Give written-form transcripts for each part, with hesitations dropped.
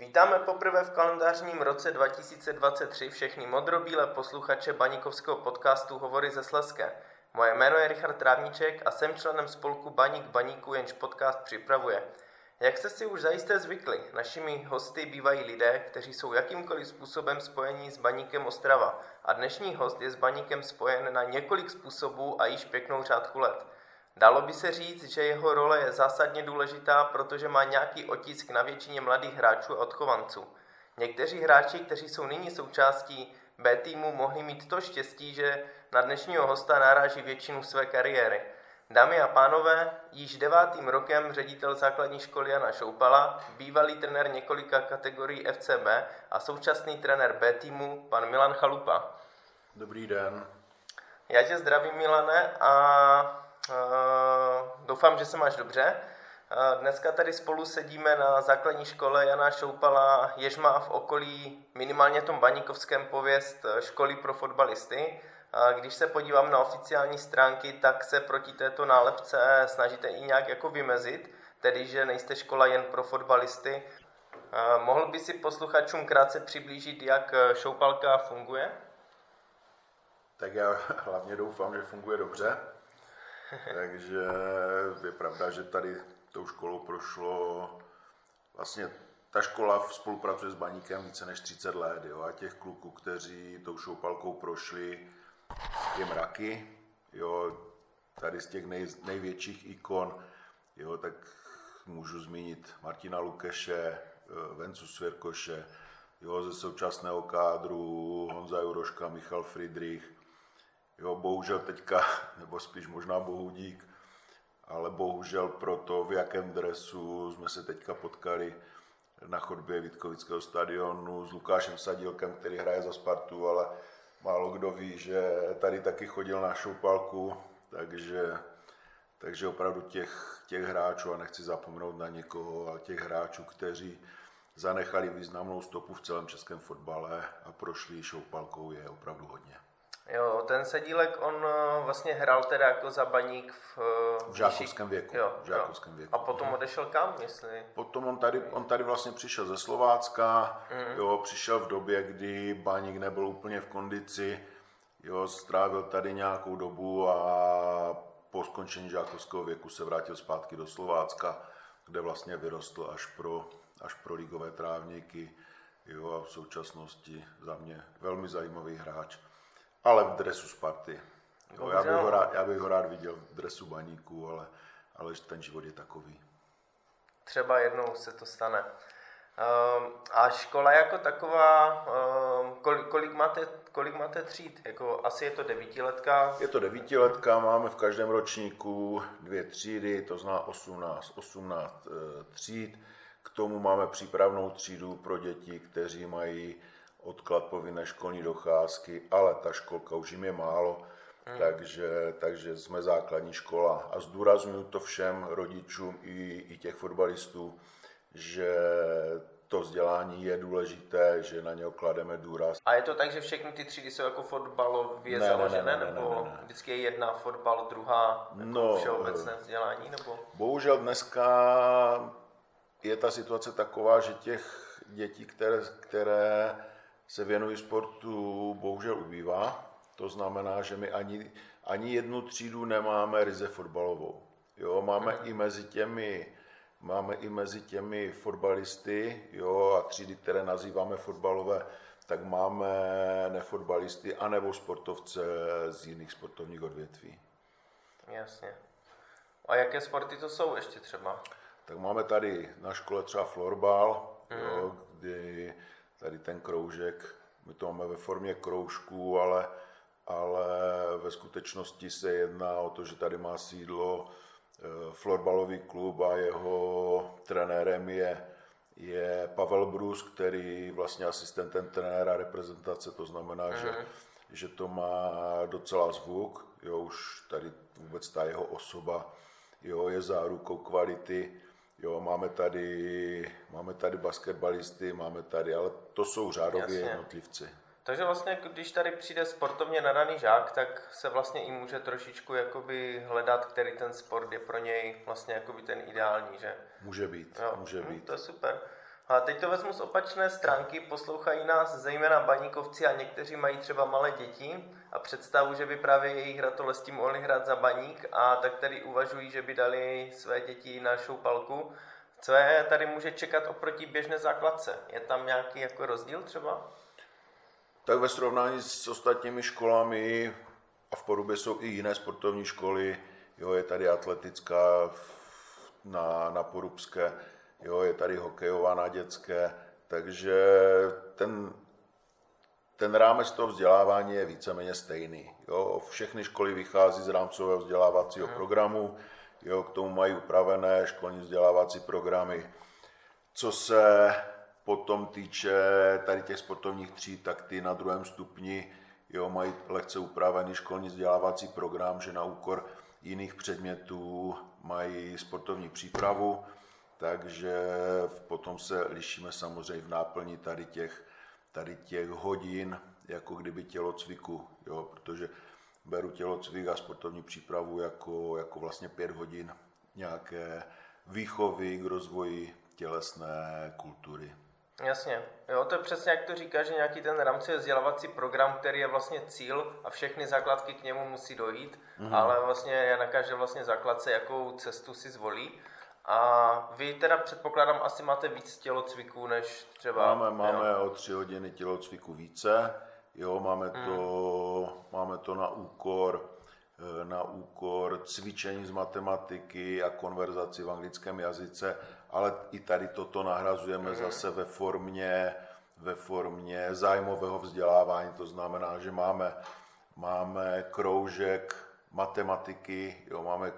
Vítáme poprvé v kalendářním roce 2023 všechny modrobílé posluchače baníkovského podcastu Hovory ze Slezské. Moje jméno je Richard Trávníček a jsem členem spolku Baník Baníku, jenž podcast připravuje. Jak jste si už zajisté zvykli, našimi hosty bývají lidé, kteří jsou jakýmkoliv způsobem spojení s Baníkem Ostrava. A dnešní host je s Baníkem spojen na několik způsobů a již pěknou řádku let. Dalo by se říct, že jeho role je zásadně důležitá, protože má nějaký otisk na většině mladých hráčů a odchovanců. Někteří hráči, kteří jsou nyní součástí B týmu, mohli mít to štěstí, že na dnešního hosta naráží většinu své kariéry. Dámy a pánové, již 9. rokem ředitel základní školy Jana Šoupala, bývalý trenér několika kategorií FCB a současný trenér B týmu, pan Milan Chalupa. Dobrý den. Já tě zdravím, Milane, a doufám, že se máš dobře. Dneska tady spolu sedíme na základní škole Jana Šoupala, jež má v okolí minimálně tom baníkovském pověst školy pro fotbalisty. Když se podívám na oficiální stránky, tak se proti této nálepce snažíte i nějak jako vymezit, tedy že nejste škola jen pro fotbalisty. Mohl by si posluchačům krátce přiblížit, jak Šoupalka funguje? Tak já hlavně doufám, že funguje dobře. Takže je pravda, že tady tou školou prošlo, vlastně ta škola spolupracuje s Baníkem více než 30 let, jo, a těch kluků, kteří tou Šoupalkou prošli, je mraky, jo, tady z těch největších ikon, jo, tak můžu zmínit Martina Lukeše, Vencu Svěrkoše, jo, ze současného kádru Honza Juroška, Michal Friedrich. Jo, bohužel teďka, nebo spíš možná bohudík, ale bohužel pro to, v jakém dresu jsme se teďka potkali na chodbě Vítkovického stadionu s Lukášem Sadílkem, který hraje za Spartu, ale málo kdo ví, že tady taky chodil na Šoupalku, takže opravdu těch hráčů, a nechci zapomenout na někoho, ale těch hráčů, kteří zanechali významnou stopu v celém českém fotbale a prošli Šoupalkou, je opravdu hodně. Jo, ten Sedílek, on vlastně hrál teda jako za Baník v žákovském věku. Jo. Věku. A potom odešel kam, jestli? Potom on tady vlastně přišel ze Slovácka, jo, přišel v době, kdy Baník nebyl úplně v kondici, jo, strávil tady nějakou dobu a po skončení žákovského věku se vrátil zpátky do Slovácka, kde vlastně vyrostl až pro ligové trávníky, jo, a v současnosti za mě velmi zajímavý hráč. Ale v dresu Sparty. Jo, já bych ho rád viděl v dresu Baníku, ale ten život je takový. Třeba jednou se to stane. A škola jako taková, kolik máte tříd? Jako, asi je to 9letka? Je to 9letka, máme v každém ročníku 2 třídy, to znamená 18 tříd. K tomu máme přípravnou třídu pro děti, kteří mají odklad povinné školní docházky, ale ta školka už jim je málo, takže jsme základní škola. A zdůraznuju to všem rodičům i těch fotbalistů, že to vzdělání je důležité, že na něho klademe důraz. A je to tak, že všechny ty třídy jsou jako fotbalově založené, nebo vždycky je jedna fotbal, druhá jako všeobecné vzdělání? Nebo? Bohužel dneska je ta situace taková, že těch dětí, které se věnují sportu, bohužel ubývá. To znamená, že my ani jednu třídu nemáme ryze fotbalovou. Jo, máme i mezi těmi fotbalisty, jo, a třídy, které nazýváme fotbalové, tak máme nefotbalisty anebo sportovce z jiných sportovních odvětví. Jasně. A jaké sporty to jsou ještě třeba? Tak máme tady na škole třeba florbal, jo, kdy tady ten kroužek, my to máme ve formě kroužků, ale ve skutečnosti se jedná o to, že tady má sídlo florbalový klub a jeho trenérem je Pavel Brus, který vlastně asistentem trenéra reprezentace, to znamená, že to má docela zvuk, jo, už tady vůbec ta jeho osoba, jo, je zárukou kvality. Jo, máme tady basketbalisty, ale to jsou řádově jednotlivci. Takže vlastně, když tady přijde sportovně nadaný žák, tak se vlastně i může trošičku jakoby hledat, který ten sport je pro něj vlastně jakoby ten ideální, že? Může být. To je super. A teď to vezmu z opačné stránky, poslouchají nás zejména baníkovci a někteří mají třeba malé děti a představu, že by právě jejich ratolesti mohli hrát za Baník a tak tady uvažují, že by dali své děti na šoupalku. Co je tady může čekat oproti běžné základce? Je tam nějaký jako rozdíl třeba? Tak ve srovnání s ostatními školami, a v Porubě jsou i jiné sportovní školy, jo, je tady atletická na Porubské, jo, je tady hokejová na dětské, takže ten rámec toho vzdělávání je víceméně stejný. Jo. Všechny školy vychází z rámcového vzdělávacího programu, jo, k tomu mají upravené školní vzdělávací programy. Co se potom týče tady těch sportovních tříd, tak ty na 2. stupni, jo, mají lehce upravený školní vzdělávací program, že na úkor jiných předmětů mají sportovní přípravu, takže potom se lišíme samozřejmě v náplni tady těch hodin, jako kdyby tělocviku, jo, protože beru tělocvik a sportovní přípravu jako vlastně 5 hodin nějaké výchovy k rozvoji tělesné kultury. Jasně, jo, to je přesně jak to říká, že nějaký ten rámcový vzdělávací program, který je vlastně cíl a všechny základky k němu musí dojít, ale vlastně je na každé vlastně základce, jakou cestu si zvolí. A vy teda předpokládám asi máte víc tělocviků než třeba... Máme o 3 hodiny tělocviku více, jo, máme to na úkor cvičení z matematiky a konverzaci v anglickém jazyce, ale i tady toto nahrazujeme zase ve formě zájmového vzdělávání, to znamená, že máme kroužek matematiky, jo, máme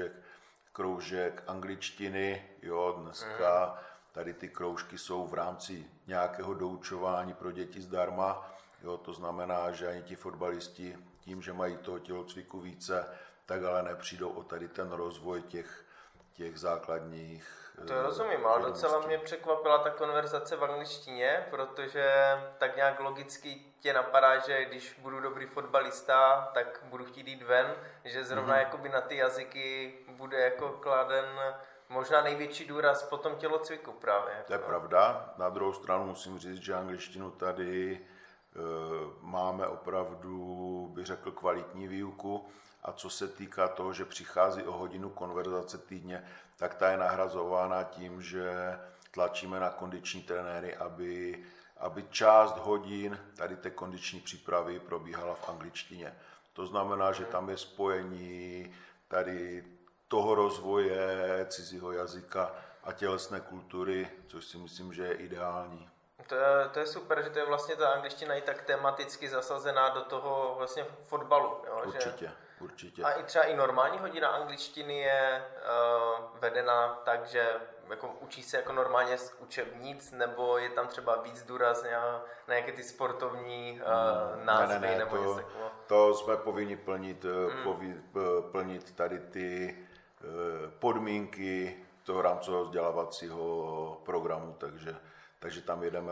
kroužek angličtiny, jo, dneska tady ty kroužky jsou v rámci nějakého doučování pro děti zdarma, jo, to znamená, že ani ti fotbalisti tím, že mají toho tělocviku více, tak ale nepřijdou o tady ten rozvoj těch základních... To rozumím, ale docela mě překvapila ta konverzace v angličtině, protože tak nějak logicky tě napadá, že když budu dobrý fotbalista, tak budu chtít jít ven, že zrovna jakoby na ty jazyky bude jako kladen možná největší důraz po tom tělocviku právě. To je pravda. Na druhou stranu musím říct, že angličtinu tady máme opravdu, bych řekl, kvalitní výuku. A co se týká toho, že přichází o hodinu konverzace týdně, tak ta je nahrazována tím, že tlačíme na kondiční trenéry, aby část hodin tady té kondiční přípravy probíhala v angličtině. To znamená, že tam je spojení tady toho rozvoje cizího jazyka a tělesné kultury, což si myslím, že je ideální. To je super, že to je vlastně ta angličtina i tak tematicky zasazená do toho vlastně fotbalu. Jo? Určitě. A i třeba i normální hodina angličtiny je vedena tak, že jako učí se jako normálně z učebnic, nebo je tam třeba víc důraz na nějaké ty sportovní názvy? Ne, nebo něco takového? To jsme povinni plnit tady ty podmínky toho rámcového vzdělávacího programu, takže tam jedeme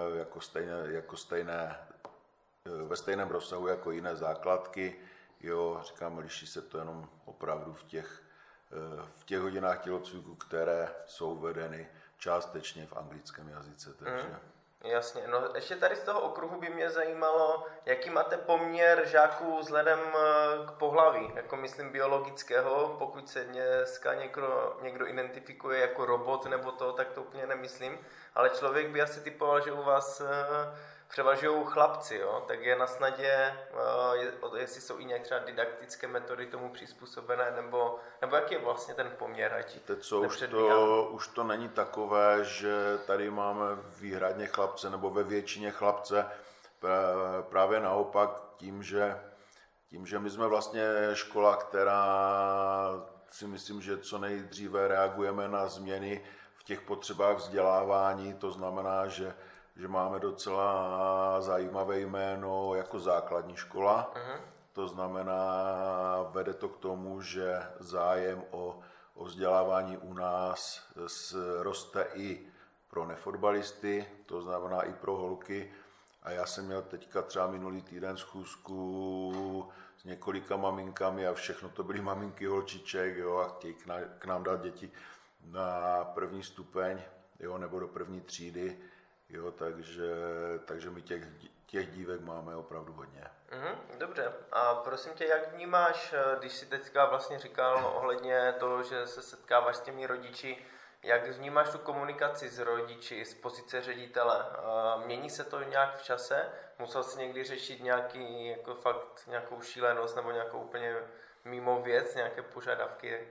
ve stejném rozsahu jako jiné základky. Jo, říkám, liší se to jenom opravdu v těch hodinách tělocviku, které jsou vedeny částečně v anglickém jazyce. Takže... Jasně, no ještě tady z toho okruhu by mě zajímalo, jaký máte poměr žáků vzhledem k pohlaví, jako myslím biologického, pokud se dneska někdo identifikuje jako robot nebo to, tak to úplně nemyslím, ale člověk by asi typoval, že u vás převažují chlapci, jo? Tak je na snadě, jestli jsou i nějak třeba didaktické metody tomu přizpůsobené, nebo jaký je vlastně ten poměr, ať už to není takové, že tady máme výhradně chlapce, nebo ve většině chlapce, právě naopak tím, že my jsme vlastně škola, která si myslím, že co nejdříve reagujeme na změny v těch potřebách vzdělávání, to znamená, že máme docela zajímavé jméno jako základní škola. To znamená, vede to k tomu, že zájem o vzdělávání u nás roste i pro nefotbalisty, to znamená i pro holky. A já jsem měl teďka třeba minulý týden schůzku s několika maminkami a všechno to byly maminky holčiček, jo, a chtějí k nám dát děti na 1. stupeň. jo, nebo do první třídy, jo, takže my těch dívek máme opravdu hodně. Dobře. A prosím tě, jak vnímáš, když jsi teďka vlastně říkal ohledně toho, že se setkáváš s těmi rodiči, jak vnímáš tu komunikaci s rodiči z pozice ředitele? Mění se to nějak v čase? Musel jsi někdy řešit nějaký, jako fakt nějakou šílenost nebo nějakou úplně mimo věc, nějaké požadavky?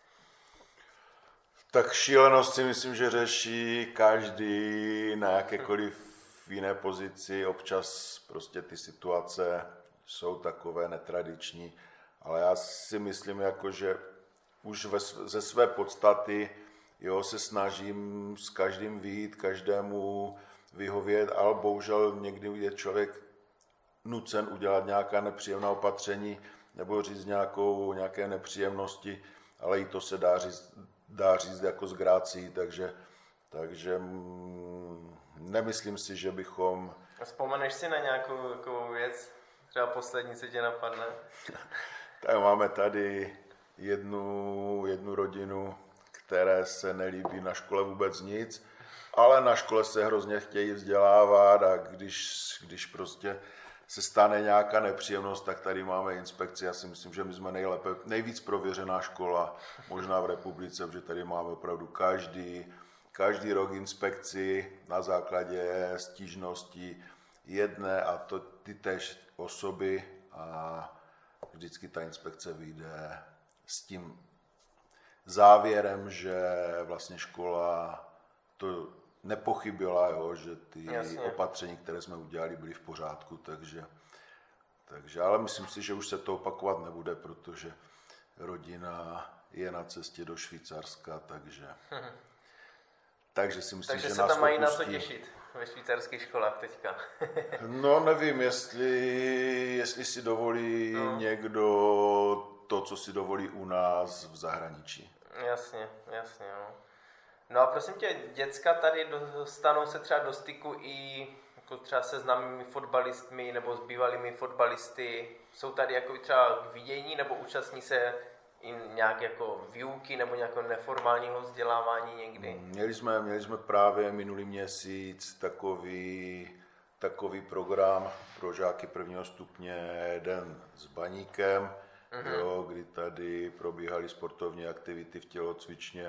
Tak šílenost si myslím, že řeší každý na jakékoliv jiné pozici. Občas prostě ty situace jsou takové netradiční, ale já si myslím, jako, že už ze své podstaty jo, se snažím s každým vyjít, každému vyhovět, ale bohužel někdy je člověk nucen udělat nějaká nepříjemná opatření nebo říct nějaké nepříjemnosti, ale i to se dá říct jako s grácií, takže nemyslím si, že bychom... A vzpomeneš si na nějakou takovou věc? Třeba poslední, co tě napadne? Tak máme tady jednu rodinu, které se nelíbí na škole vůbec nic, ale na škole se hrozně chtějí vzdělávat a když prostě se stane nějaká nepříjemnost, tak tady máme inspekci. Já si myslím, že my jsme nejvíc prověřená škola možná v republice, protože tady máme opravdu každý rok inspekci na základě stížností jedné a to ty též osoby a vždycky ta inspekce vyjde s tím závěrem, že vlastně škola to nepochybila, jo, že ty opatření, které jsme udělali, byly v pořádku, takže ale myslím si, že už se to opakovat nebude, protože rodina je na cestě do Švýcarska, takže si myslím, že se tam mají na co těšit ve švýcarských školách teďka. No nevím, jestli si dovolí někdo to, co si dovolí u nás v zahraničí. Jasně, no. No a prosím tě, děcka tady dostanou se třeba do styku i jako třeba se známými fotbalistmi nebo s bývalými fotbalisty. Jsou tady jako třeba k vidění nebo účastní se i nějak jako výuky nebo nějakého neformálního vzdělávání někdy? Měli jsme právě minulý měsíc takový program pro žáky prvního stupně Den s baníkem, jo, kdy tady probíhaly sportovní aktivity v tělocvičně.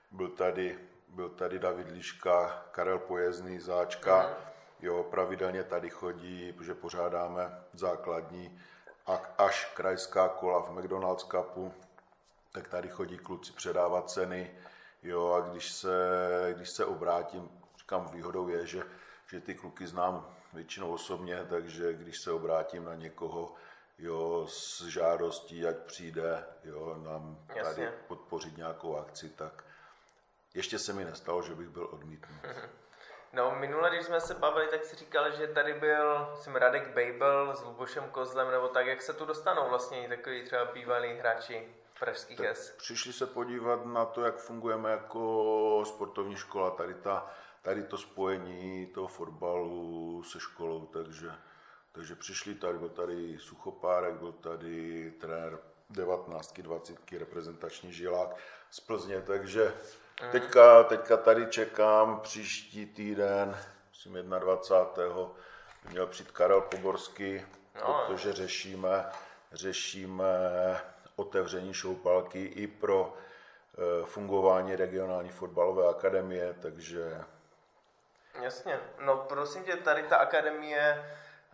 Byl tady David Liška, Karel Pojezdný, Záčka. Jo, pravidelně tady chodí, protože pořádáme základní až krajská kola v McDonald's Cupu, tak tady chodí kluci předávat ceny. Jo, a když se obrátím, říkám, výhodou je, že ty kluky znám většinou osobně, takže když se obrátím na někoho, jo, s žádostí, ať přijde, jo, nám tady podpořit nějakou akci, tak ještě se mi nestalo, že bych byl odmítnut. No, minule, když jsme se bavili, tak si říkal, že tady byl Radek Bejbel s Lubošem Kozlem, nebo tak, jak se tu dostanou vlastně takový třeba bývalí hráči pražských S? Přišli se podívat na to, jak fungujeme jako sportovní škola, tady to spojení toho fotbalu se školou, takže přišli tady, byl tady Suchopárek, byl tady trenér 19, 20 reprezentační Žilák z Plzně, takže teďka tady čekám příští týden, myslím 21. měl přijít Karel Poborský, protože řešíme otevření šoupalky i pro fungování regionální fotbalové akademie, takže... Jasně, no prosím tě, tady ta akademie,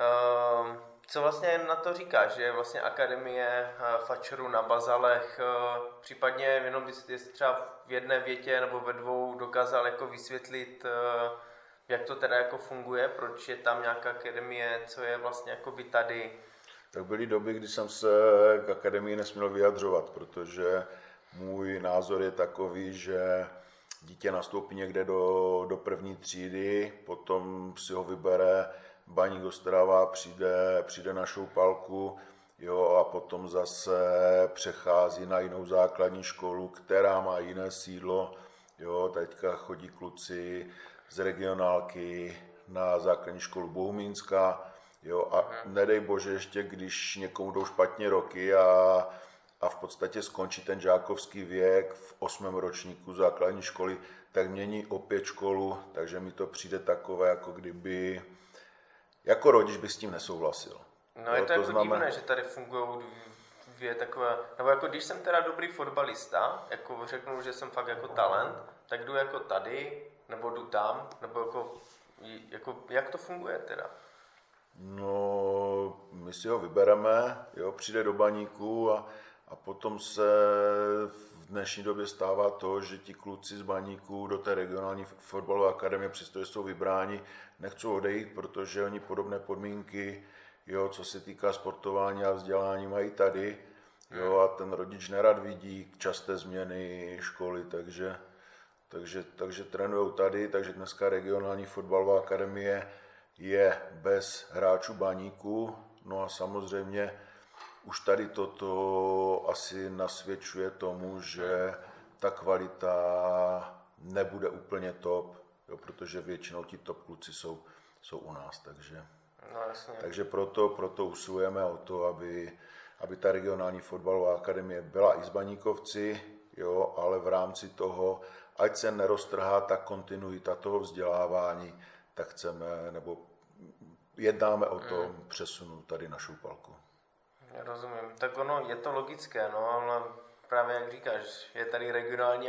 co vlastně na to říkáš, že je vlastně akademie fačerů na Bazalech, případně jenom jestli třeba v jedné větě nebo ve dvou dokázal jako vysvětlit, jak to teda jako funguje, proč je tam nějaká akademie, co je vlastně jako by tady. Tak byly doby, kdy jsem se k akademii nesměl vyjadřovat, protože můj názor je takový, že dítě nastoupí někde do první třídy, potom si ho vybere Baník Ostrava, přijde na šoupalku, jo, a potom zase přechází na jinou základní školu, která má jiné sídlo. Jo, teďka chodí kluci z regionálky na základní školu Bohumínská. Jo, a nedej bože ještě, když někomu jdou špatně roky a v podstatě skončí ten žákovský věk v 8. ročníku základní školy, tak mění opět školu, takže mi to přijde takové, jako kdyby, jako rodič bych s tím nesouhlasil. No je to jako divné, že tady fungují dvě takové, nebo jako když jsem teda dobrý fotbalista, jako řeknu, že jsem fakt jako talent, tak jdu jako tady, nebo jdu tam, nebo jako jak to funguje teda? No, my si ho vybereme, jo, přijde do Baníku a potom se v dnešní době stává to, že ti kluci z Baníku do té regionální fotbalové akademie, přestože jsou vybráni, nechcou odejít, protože oni podobné podmínky, jo, co se týká sportování a vzdělání, mají tady, jo, a ten rodič nerad vidí časté změny školy, takže trénujou tady, takže dneska regionální fotbalová akademie je bez hráčů Baníku, no a samozřejmě už tady toto asi nasvědčuje tomu, že ta kvalita nebude úplně top, jo, protože většinou ti top kluci jsou u nás, takže, no, jasně. Takže proto usilujeme o to, aby ta regionální fotbalová akademie byla i s Baníkovci, jo, ale v rámci toho, ať se neroztrhá ta kontinuita toho vzdělávání, tak chceme, nebo jednáme o tom přesunu tady na Šoupalku. Rozumím. Tak ono je to logické, no, ale právě jak říkáš, je tady regionální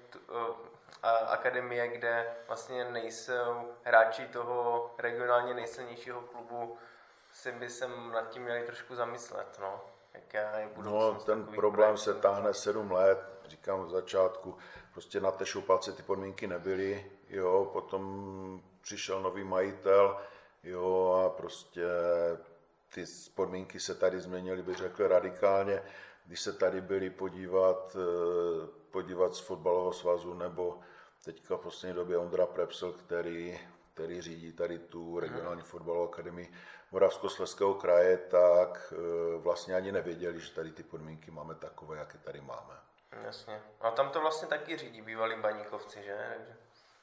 akademie, kde vlastně nejsou hráči toho regionálně nejsilnějšího klubu, by se nad tím měli trošku zamyslet, no. No, ten problém se táhne 7 let, říkám v začátku, prostě na té Šoupalce ty podmínky nebyly, jo, potom přišel nový majitel, jo, a prostě ty podmínky se tady změnily, bych řekl, radikálně. Když se tady byli podívat z fotbalového svazu, nebo teďka v poslední době Ondra Prepsl, který řídí tady tu regionální fotbalovou akademii Moravskoslezského kraje, tak vlastně ani nevěděli, že tady ty podmínky máme takové, jaké tady máme. Jasně. A tam to vlastně taky řídí bývalí Baníkovci, že? Takže...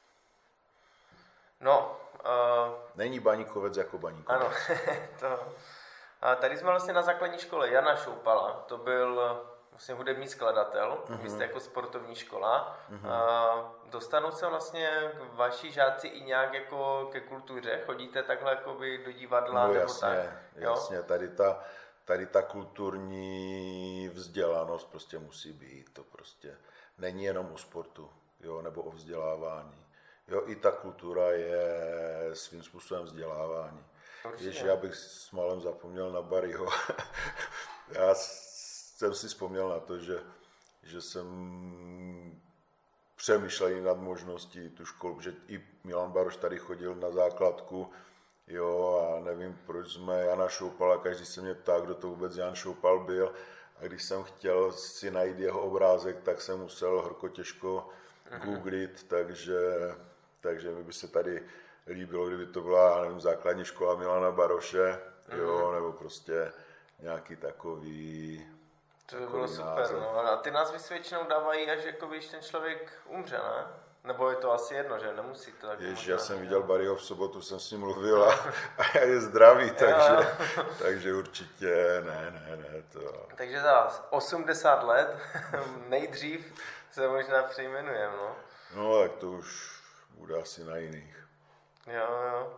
No. Není Baníkovec jako Baníkovec. Ano, to... A tady jsme vlastně na základní škole Jana Šoupala, to byl vlastně hudební skladatel, vy jste jako sportovní škola. Dostanou se vlastně vaši žáci i nějak jako ke kultuře? Chodíte takhle jakoby do divadla? No nebo jasně, tak? jasně, tady ta kulturní vzdělanost prostě musí být, to prostě není jenom o sportu, jo, nebo o vzdělávání. Jo, i ta kultura je svým způsobem vzdělávání. Ježi, já bych s malem zapomněl na Barryho. Já jsem si vzpomněl na to, že jsem přemýšlel nad možností tu školu, že i Milan Baroš tady chodil na základku, jo, a nevím, proč jsme Jana Šoupala, každý se mě ptá, kdo to vůbec Jan Šoupal byl, a když jsem chtěl si najít jeho obrázek, tak jsem musel horko těžko googlit, takže mi by se tady líbilo, kdyby to byla, nevím, základní škola Milana Baroše, jo, nebo prostě nějaký takový. To by bylo super, no. A ty názvy se většinou dávají, až jako když ten člověk umře, ne? Nebo je to asi jedno, že nemusí to tak. Ježiš, já jsem viděl Barryho v sobotu, jsem s ním mluvil a je zdravý, takže určitě ne. To. Takže za 80 let nejdřív se možná přejmenujeme, no. No, tak to už bude asi na jiných. Jo.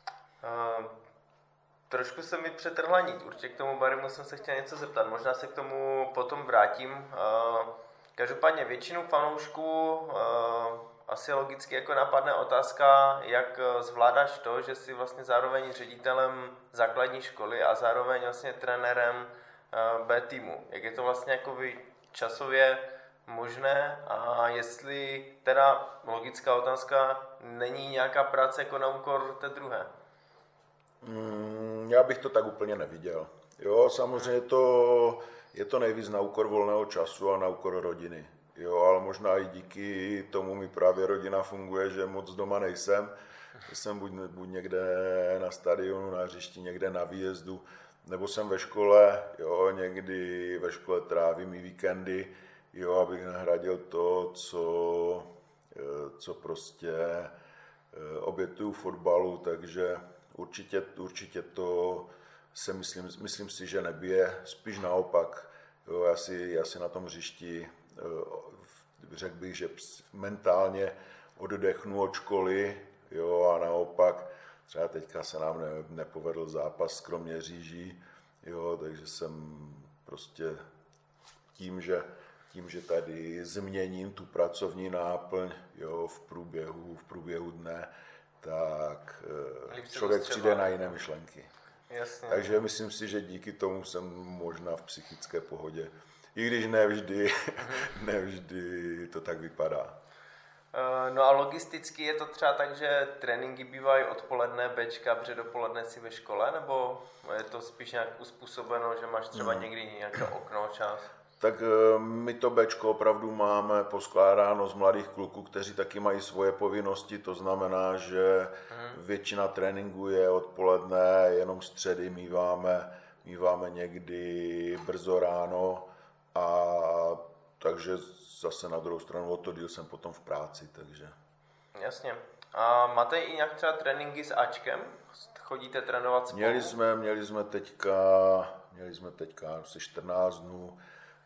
Trošku se mi přetrhla nit. Určitě k tomu Barrymu jsem se chtěl něco zeptat. Možná se k tomu potom vrátím. Každopádně většinu fanoušků asi logicky jako napadne otázka, jak zvládáš to, že jsi vlastně zároveň ředitelem základní školy a zároveň vlastně trenérem B týmu. Jak je to vlastně jako časově možné a jestli teda logická otázka, není nějaká práce jako na úkor té druhé? Já bych to tak úplně neviděl. Jo, samozřejmě je to nejvíc na úkor volného času a na úkor rodiny. Jo, ale možná i díky tomu mi právě rodina funguje, že moc doma nejsem. Jsem buď někde na stadionu, na hřišti, někde na výjezdu, nebo jsem ve škole, jo, někdy ve škole trávím i víkendy, jo, abych nahradil to, co prostě obětuju fotbalu, takže určitě to se myslím si, že nebije, spíš naopak Jo, já si na tom hřišti řekl bych, že mentálně oddechnu od školy, jo, a naopak třeba teďka se nám nepovedl zápas s Kroměříží, jo, takže jsem prostě tím, že tady změním tu pracovní náplň, jo, v průběhu dne, tak člověk přijde na jiné myšlenky. Jasně. Takže myslím si, že díky tomu jsem možná v psychické pohodě. I když nevždy to tak vypadá. No a logisticky je to třeba tak, že tréninky bývají odpoledne Bčka, protože dopoledne si ve škole, nebo je to spíš nějak uspůsobeno, že máš třeba někdy nějaké okno, čas? Tak my to Bčko opravdu máme poskládáno z mladých kluků, kteří taky mají svoje povinnosti, to znamená, že většina tréninků je odpoledne, jenom středy míváme někdy brzo ráno, a takže zase na druhou stranu o to díl jsem potom v práci, takže. Jasně. A máte i nějak třeba tréninky s Ačkem? Chodíte trénovat spolu? Měli jsme teďka asi 14 dnů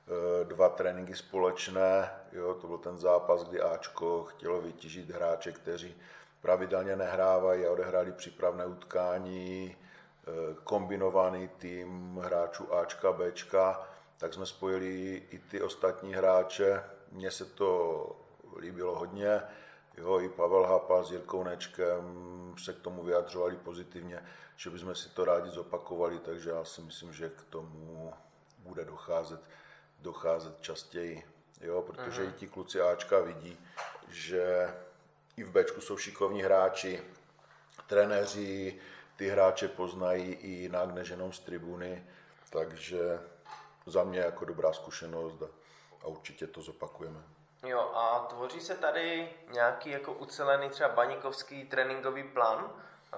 2 tréninky společné, jo, to byl ten zápas, kdy Ačko chtělo vytížit hráče, kteří pravidelně nehrávají a odehráli přípravné utkání, kombinovaný tým hráčů Ačka, Bčka, tak jsme spojili i ty ostatní hráče. Mně se to líbilo hodně, jo, i Pavel Hapal s Jirkou Nečkem se k tomu vyjadřovali pozitivně, že bychom si to rádi zopakovali, takže já si myslím, že k tomu bude docházet častěji, jo, protože i ti kluci Ačka vidí, že i v Bčku jsou šikovní hráči, trenéři ty hráče poznají i jinak než jenom z tribuny, takže za mě jako dobrá zkušenost a určitě to zopakujeme. Jo, a tvoří se tady nějaký jako ucelený třeba baníkovský tréninkový plán?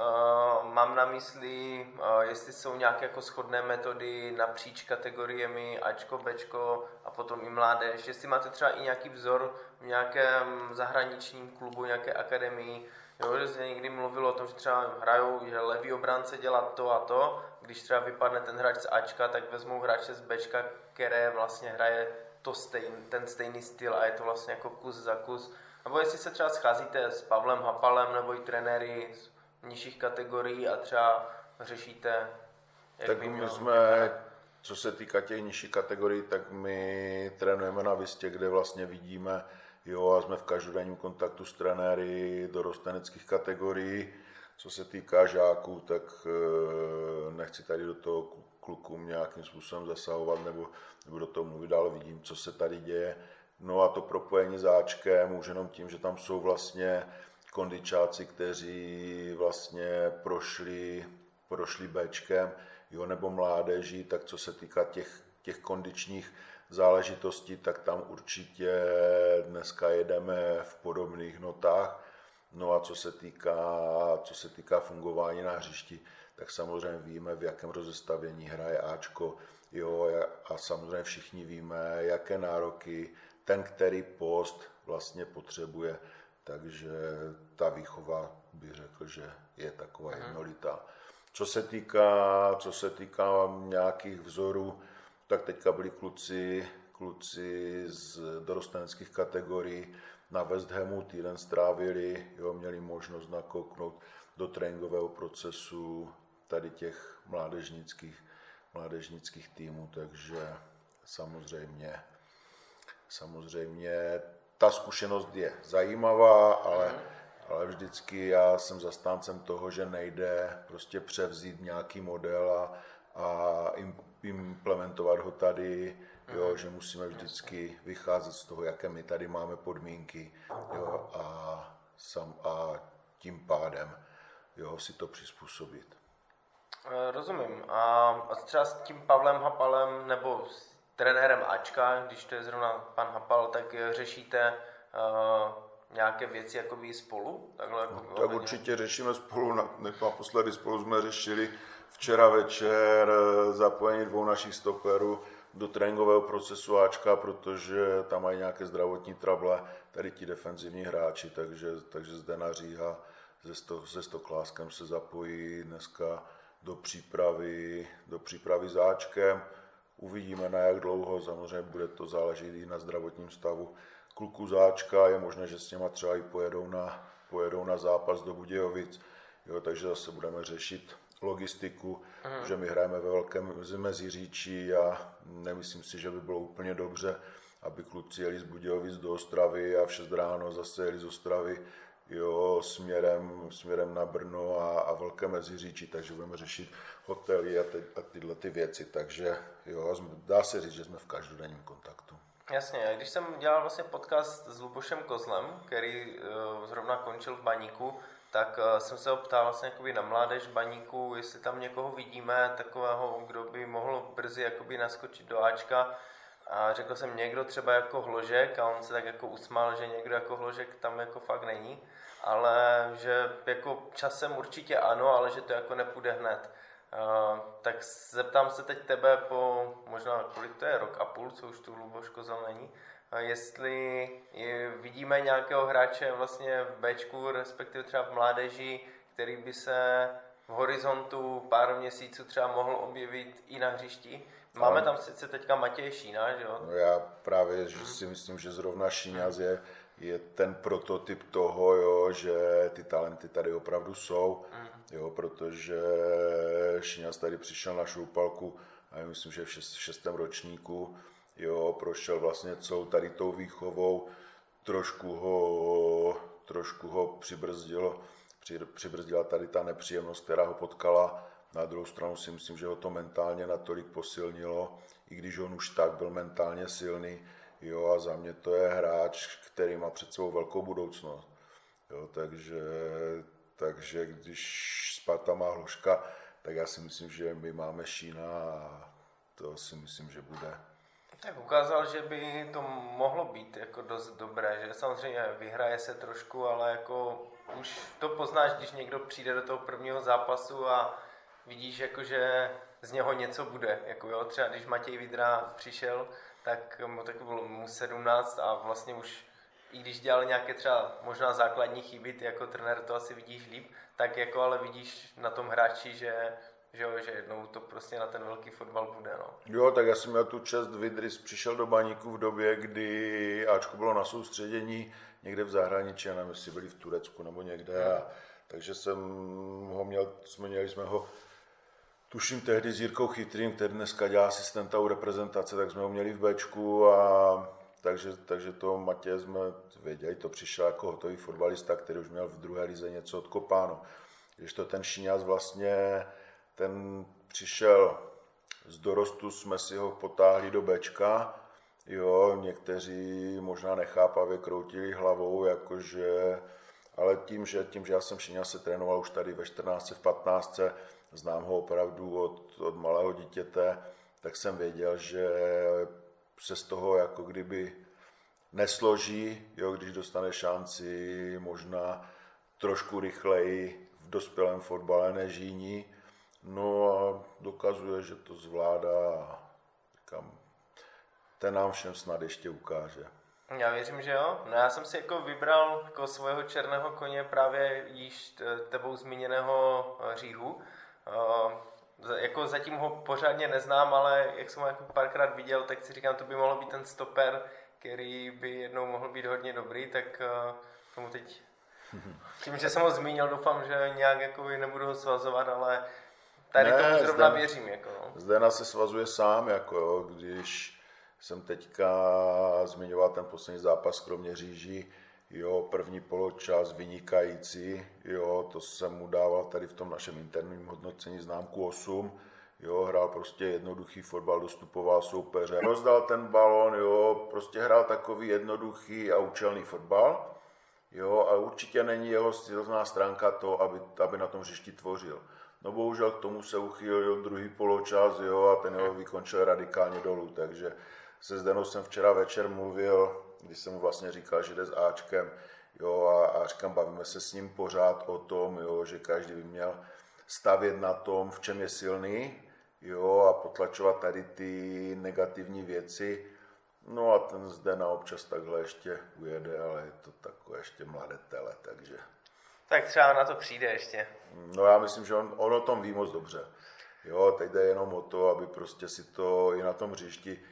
Mám na mysli, jestli jsou nějaké jako shodné metody napříč kategoriemi Ačko, Bčko a potom i mládež. Jestli máte třeba i nějaký vzor v nějakém zahraničním klubu, nějaké akademii, jo, že se někdy mluvilo o tom, že třeba hrajou, že levý obránce dělá to a to, když třeba vypadne ten hráč z Ačka, tak vezmou hráče z Bčka, které vlastně hraje ten stejný styl a je to vlastně jako kus za kus. Nebo jestli se třeba scházíte s Pavlem Hapalem nebo i trenéry z nižších kategorií a třeba řešíte, jak tak by my mělo jsme, co se týká těch nižších kategorií, tak my trénujeme na Vistě, kde vlastně vidíme, jo, a jsme v každodenním kontaktu s trenéry dorosteneckých kategorií. Co se týká žáků, tak nechci tady do toho klukům nějakým způsobem zasahovat nebo do toho mluvit, ale vidím, co se tady děje. No a to propojení s Ačkem už jenom tím, že tam jsou vlastně kondičáci, kteří vlastně prošli Bčkem, jo, nebo mládeží, tak co se týká těch kondičních záležitostí, tak tam určitě dneska jedeme v podobných notách. No a co se týká fungování na hřišti, tak samozřejmě víme, v jakém rozestavění hraje Ačko, jo, a samozřejmě všichni víme, jaké nároky ten, který post vlastně potřebuje, takže ta výchova bych řekl, že je taková jednolitá. Co se týká nějakých vzorů, tak teďka byli kluci z dorosteneckých kategorií na West Hamu, týden strávili, jo, měli možnost nakouknout do tréninkového procesu tady těch mládežnických týmů, takže samozřejmě ta zkušenost je zajímavá, ale vždycky já jsem zastáncem toho, že nejde prostě převzít nějaký model a implementovat ho tady, jo, že musíme vždycky vycházet z toho, jaké my tady máme podmínky, jo, a tím pádem, jo, si to přizpůsobit. Rozumím. A třeba s tím Pavlem Hapalem nebo s trenérem Ačka, když to je zrovna pan Hapal, tak řešíte nějaké věci jakoby spolu? Tak určitě řešíme spolu, naposledy spolu jsme řešili včera večer zapojení 2 našich stoperů do tréninkového procesu Ačka, protože tam mají nějaké zdravotní trable, tady ti defenzivní hráči, takže Zdena Říha se Stokláskem se zapojí dneska do přípravy s Ačkem. Uvidíme, na jak dlouho, samozřejmě bude to záležet i na zdravotním stavu kluku Záčka, je možné, že s něma třeba i pojedou na zápas do Budějovic, jo, takže zase budeme řešit logistiku, že my hrajeme ve Velkém Meziříčí a nemyslím si, že by bylo úplně dobře, aby kluci jeli z Budějovic do Ostravy a v 6 ráno zase jeli z Ostravy, jo, směrem na Brno a Velké Meziříčí, takže budeme řešit hotely a tyhle ty věci, takže jo, dá se říct, že jsme v každodenním kontaktu. Jasně, když jsem dělal vlastně podcast s Lubošem Kozlem, který zrovna končil v Baníku, tak jsem se ho ptal vlastně jakoby na mládež Baníku, jestli tam někoho vidíme, takového, kdo by mohl brzy jakoby naskočit do Ačka. A řekl jsem někdo třeba jako Hložek a on se tak jako usmál, že někdo jako Hložek tam jako fakt není, ale že jako časem určitě ano, ale že to jako nepůjde hned. Tak zeptám se teď tebe po možná kolik to je, rok a půl, co už tu Luboš Kozel není, jestli vidíme nějakého hráče vlastně v Bčku, respektive třeba v mládeži, který by se v horizontu pár měsíců třeba mohl objevit i na hřišti. Máme tam sice teďka Matěje Šína, že jo? No já právě že si myslím, že zrovna Šíňas je ten prototyp toho, jo, že ty talenty tady opravdu jsou, jo, protože Šíňas tady přišel na šoupalku, a já myslím, že v 6. ročníku, jo, prošel vlastně celou tady tou výchovou, trošku ho přibrzdila tady ta nepříjemnost, která ho potkala. Na druhou stranu si myslím, že ho to mentálně natolik posilnilo, i když on už tak byl mentálně silný, jo, a za mě to je hráč, který má před sebou velkou budoucnost. Jo, takže když Sparta má Hložka, tak já si myslím, že my máme Šína a to si myslím, že bude. Tak ukázal, že by to mohlo být jako dost dobré, že samozřejmě vyhraje se trošku, ale jako už to poznáš, když někdo přijde do toho prvního zápasu a vidíš, jako, že z něho něco bude. Jako, jo, třeba když Matěj Vidra přišel, tak bylo mu 17 a vlastně už i když dělal nějaké třeba možná základní chyby, ty jako trenér to asi vidíš líp, tak jako ale vidíš na tom hráči, že jednou to prostě na ten velký fotbal bude. No. Jo, tak já jsem měl tu čest Vidry, přišel do Baníku v době, kdy Ačko bylo na soustředění někde v zahraničí, já nevím, jestli byli v Turecku nebo někde, takže měli jsme ho tuším tehdy s Jirkou Chytrým, který dneska dělá asistenta u reprezentace, tak jsme ho měli v Bčku a takže toho Matěje jsme věděli, to přišel jako hotový fotbalista, který už měl v druhé lize něco odkopáno. Když to ten Šíňas vlastně, ten přišel z dorostu, jsme si ho potáhli do Bčka, jo, někteří možná nechápavě kroutili hlavou, jakože, ale tím, že já jsem Šíňase trénoval už tady ve 14, v 15, znám ho opravdu od malého dítěte, tak jsem věděl, že se z toho jako kdyby nesloží, jo, když dostane šanci možná trošku rychleji v dospělém fotbale než jiní. No a dokazuje, že to zvládá a říkám, ten nám všem snad ještě ukáže. Já věřím, že jo. No já jsem si jako vybral jako svého černého koně právě již tebou zmíněného Říhu. Jako zatím ho pořádně neznám, ale jak jsem ho jako párkrát viděl, tak si říkám, to by mohlo být ten stoper, který by jednou mohl být hodně dobrý, tak tomu teď tím, že jsem ho zmínil, doufám, že nějak jako nebudu ho svazovat, ale tady tomu zrovna věřím. Jako, no. Zdena se svazuje sám, jako jo, když jsem teďka zmiňoval ten poslední zápas Kroměříží, jo, první poločas vynikající, jo, to jsem mu dával tady v tom našem interním hodnocení známku 8, jo, hrál prostě jednoduchý fotbal, dostupoval soupeře, rozdal ten balon, jo, prostě hrál takový jednoduchý a účelný fotbal, jo, a určitě není jeho silná stránka to, aby na tom hřišti tvořil. No bohužel k tomu se uchýlil druhý poločas, jo, a ten ho vykončil radikálně dolů, takže se Zdenou jsem včera večer mluvil, když jsem mu vlastně říkal, že jde s Ačkem, jo, a říkám, bavíme se s ním pořád o tom, jo, že každý by měl stavět na tom, v čem je silný, jo, a potlačovat tady ty negativní věci. No a ten Zdena občas takhle ještě ujede, ale je to takové ještě mladé tele, takže... Tak třeba na to přijde ještě. No já myslím, že on o tom ví moc dobře. Jo, teď jde jenom o to, aby prostě si to i na tom hřišti,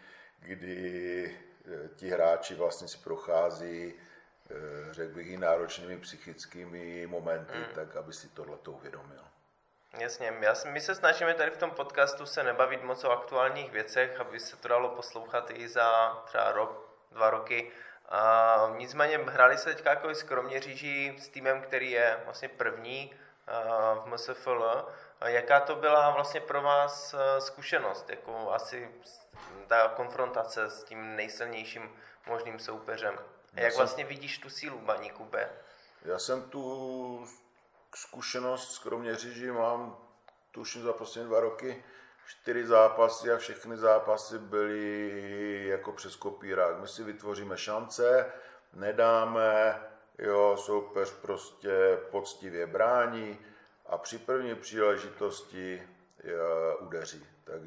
kdy ti hráči vlastně si prochází, řekl bych, i náročnými psychickými momenty, tak aby si tohleto uvědomil. Jasně, my se snažíme tady v tom podcastu se nebavit moc o aktuálních věcech, aby se to dalo poslouchat i za třeba rok, 2 roky. Nicméně hráli se teďka jako s Kroměříží s týmem, který je vlastně první v MSFL. Jaká to byla vlastně pro vás zkušenost, jako asi ta konfrontace s tím nejsilnějším možným soupeřem? Jak vlastně vidíš tu sílu Baníku B? Já jsem tu zkušenost s Kroměříží mám, tuším, za poslední 2 roky 4 zápasy a všechny zápasy byly jako přes kopírák. My si vytvoříme šance, nedáme, jo, soupeř prostě poctivě brání a při první příležitosti udeří.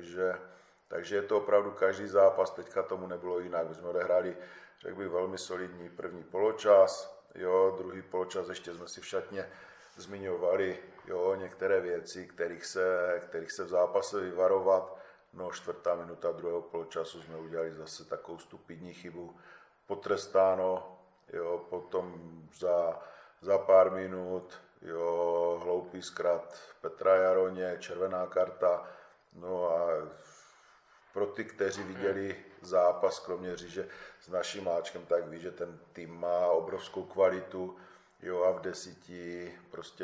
Takže je to opravdu každý zápas, teďka tomu nebylo jinak. My jsme odehráli, řekl bych, velmi solidní první poločas, jo, druhý poločas ještě jsme si v šatně zmiňovali, jo, některé věci, kterých se v zápase vyvarovat. No, 4. minuta druhého poločasu jsme udělali zase takovou stupidní chybu, potrestáno, jo, potom za pár minut, jo, hloupý zkrat Petra Jaroně, červená karta. No a pro ty, kteří viděli zápas Kroměříže s naším Máčkem, tak ví, že ten tým má obrovskou kvalitu, jo, a v 10 prostě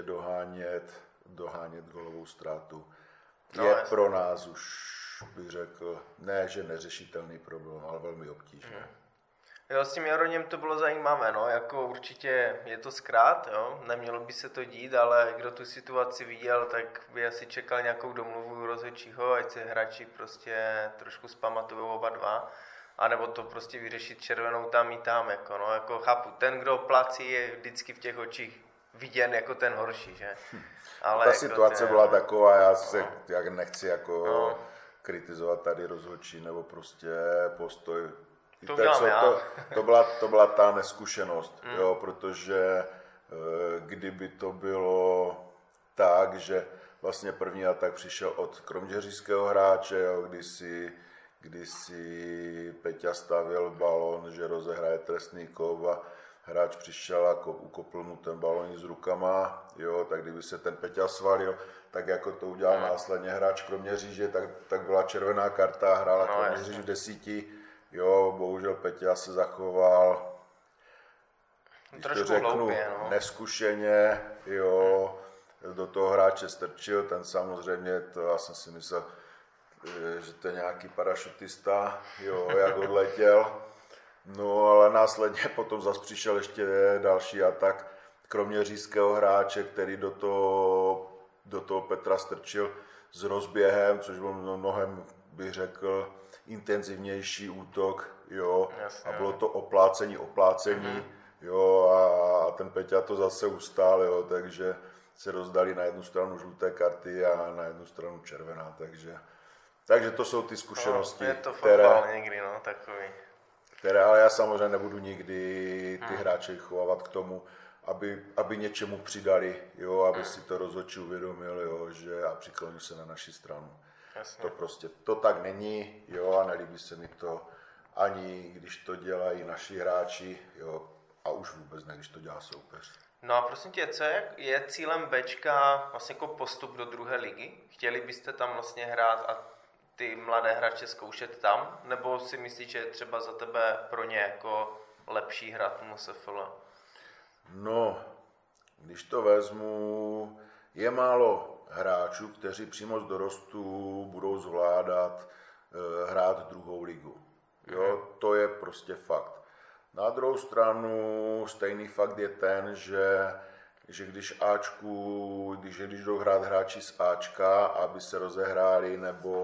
dohánět golovou ztrátu je pro nás už, bych řekl, ne, že neřešitelný problém, ale velmi obtížný. Jo, s tím Jaroněm to bylo zajímavé, no, jako určitě je to zkrát, jo, nemělo by se to dít, ale kdo tu situaci viděl, tak by asi čekal nějakou domluvu rozhodčího, ať se hráči prostě trošku zpamatují oba dva, anebo to prostě vyřešit červenou tam i tam, jako, no, jako chápu, ten, kdo plací, je vždycky v těch očích viděn jako ten horší, že? Ale ta jako situace byla taková, já nechci jako kritizovat tady rozhodčí nebo prostě postoj. To byla ta neskušenost, jo, protože kdyby to bylo tak, že vlastně první atak přišel od kroměřížského hráče, jo, kdy si Peťa stavěl balón, že rozehraje trestný kov a hráč přišel a ukopl mu ten balón s rukama, jo, tak kdyby se ten Peťa svalil, tak jako to udělal následně hráč Kroměříže, tak byla červená karta, hrála Kroměříž v 10. Jo, bohužel Peťa se zachoval, když to řeknu, hloupě, no. Neskušeně, jo, do toho hráče strčil, ten samozřejmě, to já jsem si myslel, že to je nějaký parašutista, jo, jak odletěl. No, ale následně potom zase přišel ještě další atak kroměřížského hráče, který do toho Petra strčil s rozběhem, což byl mnohem, bych řekl, intenzivnější útok, jo, jasně, a bylo to oplácení, jo, a ten Peťa to zase ustál, jo, takže se rozdali na jednu stranu žluté karty a na jednu stranu červená, takže to jsou ty zkušenosti, je to fotbal někdy, no, takový. Které, ale já samozřejmě nebudu nikdy ty hráče vychovávat k tomu, aby něčemu přidali, jo, aby si to rozhodčí uvědomil, jo, že a přiklonil se na naši stranu. Jasně. To prostě, to tak není, jo, a nelíbí se mi to ani když to dělají naši hráči, jo, a už vůbec ne, když to dělá soupeř. No a prosím tě, co je cílem Bčka vlastně jako postup do druhé ligy? Chtěli byste tam vlastně hrát a ty mladé hráče zkoušet tam? Nebo si myslíš, že je třeba za tebe pro ně jako lepší hrát MSFL? No, když to vezmu, je málo hráčů, kteří přímo z dorostu budou zvládat hrát druhou ligu. Jo, to je prostě fakt. Na druhou stranu stejný fakt je ten, že když jdou hrát hráči z Ačka, aby se rozehráli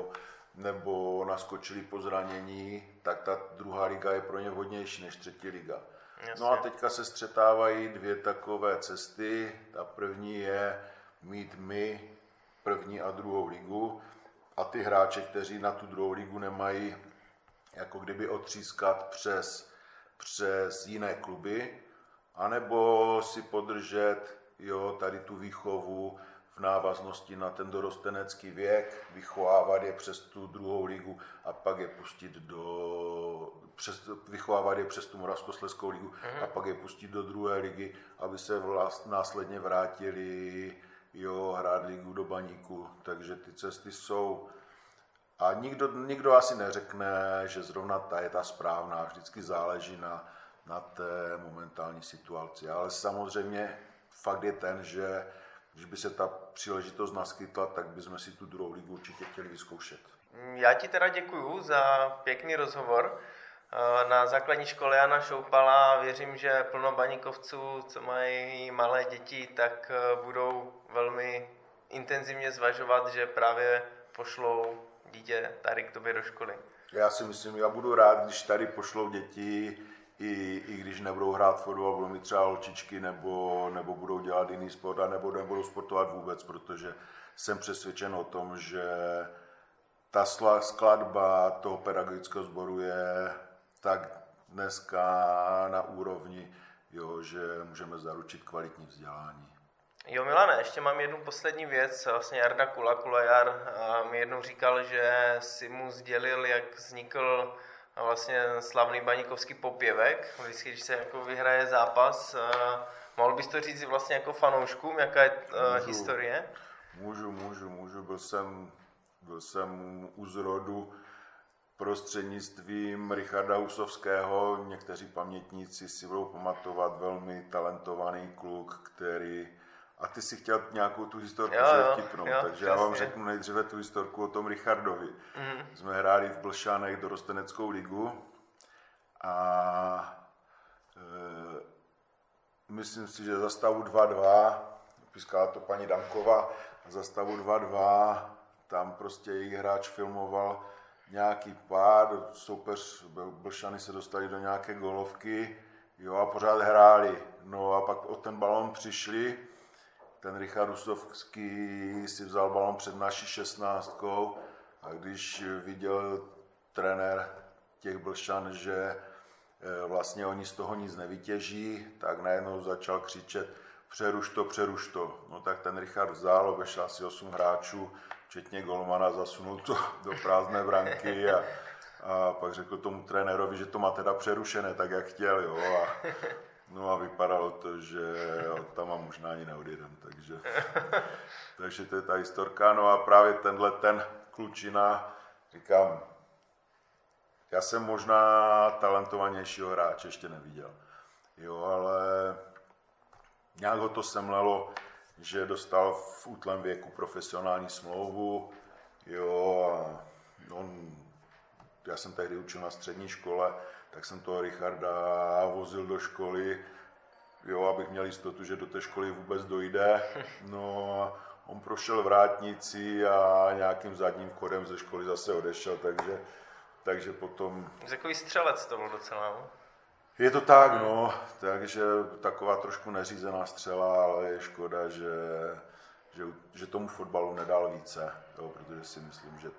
nebo naskočili po zranění, tak ta druhá liga je pro ně vhodnější než třetí liga. Jasně. No a teďka se střetávají 2 takové cesty. Ta první je mít my první a druhou ligu a ty hráče, kteří na tu druhou ligu nemají jako kdyby otřískat přes jiné kluby, anebo si podržet, jo, tady tu výchovu v návaznosti na ten dorostenecký věk, vychovávat je přes tu druhou ligu a pak je pustit vychovávat je přes tu Moravskoslezskou ligu a pak je pustit do druhé ligy, aby se následně vrátili hrát ligu do Baníku. Takže ty cesty jsou. A nikdo asi neřekne, že zrovna ta je ta správná. Vždycky záleží na té momentální situaci. Ale samozřejmě fakt je ten, že když by se ta příležitost naskytla, tak bychom si tu druhou ligu určitě chtěli vyzkoušet. Já ti teda děkuju za pěkný rozhovor. Na základní škole Jana Šoupala věřím, že plno baníkovců, co mají malé děti, tak budou velmi intenzivně zvažovat, že právě pošlou dítě tady k tobě do školy. Já si myslím, já budu rád, když tady pošlou děti, i když nebudou hrát fotbal, budou mít třeba holčičky, nebo budou dělat jiný sport, nebo nebudou sportovat vůbec, protože jsem přesvědčen o tom, že ta skladba toho pedagogického sboru je tak dneska na úrovni, že můžeme zaručit kvalitní vzdělání. Jo, Milane, ještě mám jednu poslední věc. Vlastně Jarda Kulajar mi jednou říkal, že si mu sdělil, jak vznikl vlastně slavný baníkovský popěvek. Vždycky, když se jako vyhraje zápas, mohl bys to říct vlastně jako fanouškům, jaká je historie? Můžu. Byl jsem u zrodu prostřednictvím Richarda Husovského. Někteří pamětníci si budou pamatovat, velmi talentovaný kluk, který... A ty si chtěl nějakou tu historku vtipnout, takže já vám řeknu nejdříve tu historku o tom Richardovi. Jsme hráli v Blšanech dorosteneckou ligu a myslím si, že za stavu 2-2, pískala to paní Damková, za stavu 2-2 tam prostě jejich hráč filmoval nějaký pád, soupeř Blšany se dostali do nějaké golovky, a pořád hráli. No a pak o ten balón přišli. Ten Richard Husovský si vzal balón před naší 16 a když viděl trenér těch Blšan, že vlastně oni z toho nic nevytěží, tak najednou začal křičet přeruš to. No tak ten Richard vzal, obešel asi 8 hráčů, včetně golmana, zasunul to do prázdné branky a pak řekl tomu trenérovi, že to má teda přerušené, tak jak chtěl. No a vypadalo to, že tam a možná ani neodjedem, takže to je ta historka. No a právě ten klučina, říkám, já jsem možná talentovanějšího hráče ještě neviděl, ale nějak ho to semlelo, že dostal v útlém věku profesionální smlouvu, já jsem tehdy učil na střední škole, tak jsem toho Richarda vozil do školy, abych měl jistotu, že do té školy vůbec dojde. No a on prošel vrátnicí a nějakým zadním vchodem ze školy zase odešel, takže potom... Takový střelec to byl docela, no? Je to tak, takže taková trošku neřízená střela, ale je škoda, že tomu fotbalu nedal více, protože si myslím, že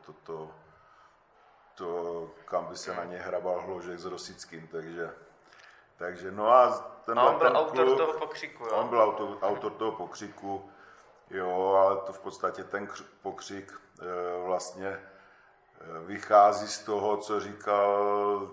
kam by se na ně hrabal Hložek s Rosickým, takže no a on byl autor toho pokřiku, On byl autor toho pokřiku, ale to v podstatě ten pokřik vlastně vychází z toho, co říkal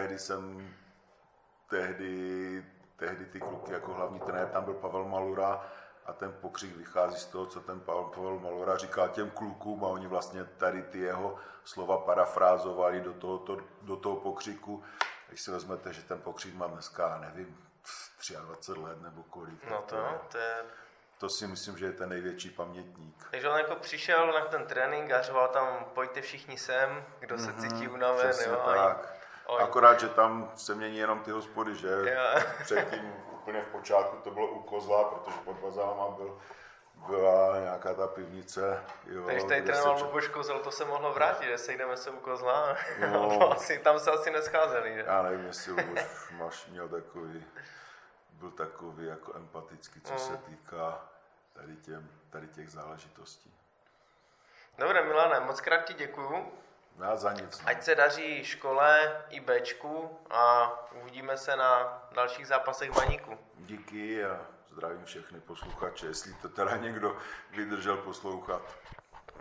tehdy ty kluky jako hlavní trenér, tam byl Pavel Malura a ten pokřik vychází z toho, co ten Pavel Malura říkal těm klukům a oni vlastně tady ty jeho slova parafrázovali do toho pokřiku. Když si vezmete, že ten pokřik má dneska, nevím, 23 let nebo kolik. No to si myslím, že je ten největší pamětník. Takže on jako přišel na ten trénink a řval tam, pojďte všichni sem, kdo se cítí unaven. Přesně tak. Akorát, že tam se mění jenom ty hospody, že? Předtím úplně v počátku to bylo u Kozla, protože pod Vazalama byla nějaká ta pivnice. Takže tady trénoval Luboš Kozel, to se mohlo vrátit, že sejdeme se u Kozla. No, tam se asi nescházeli, že? Já nevím, jestli Luboš byl takový jako empatický, co se týká tady těch záležitostí. Dobré, Milane, moc krát ti děkuju. Já za nic. Ať se daří škole i Bčku a uvidíme se na dalších zápasech Baníku. Díky a zdravím všechny posluchače, jestli to teda někdo vydržel poslouchat.